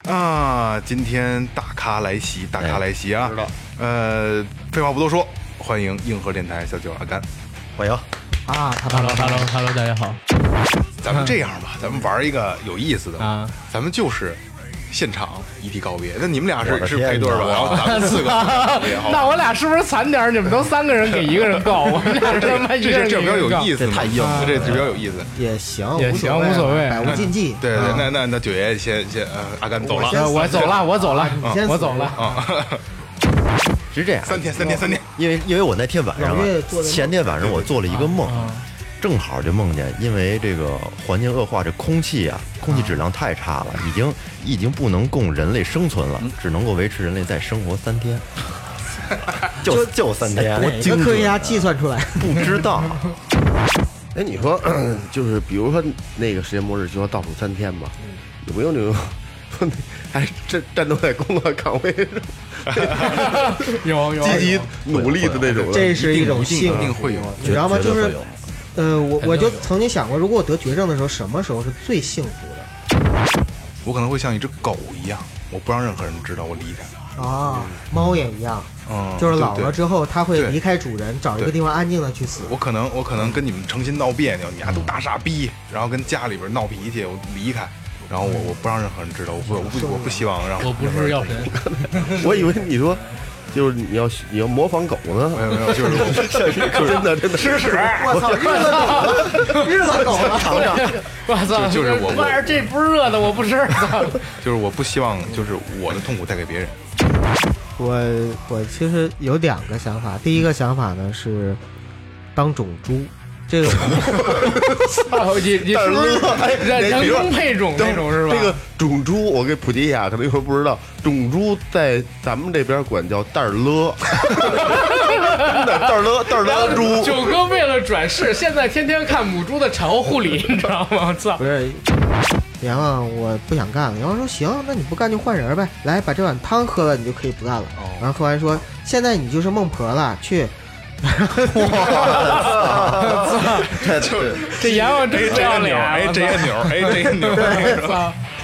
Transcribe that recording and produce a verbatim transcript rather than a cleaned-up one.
啊，今天大咖来袭，大咖来袭啊！呃，废话不多说，欢迎硬核电台小九阿甘， 欢迎啊 ！Hello，Hello，Hello， 大家好。 咱们这样吧，咱们玩一个有意思的啊， 咱们就是现场一提告别。那你们俩是是配对吧？然后咱们四个， 那我俩是不是惨点？你们都三个人给一个人告，我们俩他妈一个人这这比较有意思， 太硬了， 这这比较有意思。 也行， 也行，无所谓， 百无禁忌。 对对，那那那九爷先先呃，阿甘走了， 我走了，我走了，我走了啊。 是这样， 三天三天三天， 因为因为我那天晚上，前天晚上我做了一个梦，正好就梦见，因为这个环境恶化，这空气啊，空气质量太差了，已经已经不能供人类生存了，只能够维持人类再生活三天，就就三天， 哪个科学家计算出来？ 不知道。 哎，你说就是比如说那个世界末日就要倒数三天吧，有没有那种？还战战斗在工作岗位上， 有有积极努力的那种， 这是一种幸福，一定会有， 你知道吗？就是，呃，我我就曾经想过，如果我得绝症的时候，什么时候是最幸福的？ 我可能会像一只狗一样，我不让任何人知道我离开。 啊，猫也一样， 嗯， 就是老了之后，它会离开主人， 对找一个地方安静的去死。 我可能我可能跟你们成心闹别扭，你俩都大傻逼，然后跟家里边闹脾气，我离开。然后我我不让任何人知道，我不我不我不希望让。 我不是药神， 我以为你说就是你要你要模仿狗呢， 没有没有，就是真的真的吃屎！我操，日子狗，日子狗了， 尝尝！ 我操， 就是我玩意儿这不是热的，我不吃。 就是我不希望就是我的痛苦带给别人。 我我其实有两个想法，第一个想法呢是当种猪。这个， 操你你是不是人人工配种那种是吧？ 这个种猪，我给普及一下，可能有人不知道，种猪在咱们这边管叫蛋儿勒，蛋儿勒蛋儿勒猪。 九哥为了转世，现在天天看母猪的产后护理，你知道吗？我操！ 不是，阎王，我不想干了。阎王说行，那你不干就换人呗，来把这碗汤喝了，你就可以不干了。然后喝完说，现在你就是孟婆了，去。 我操！ 这这阎王真不要脸！ 哎，这个钮，哎，这个钮， 操！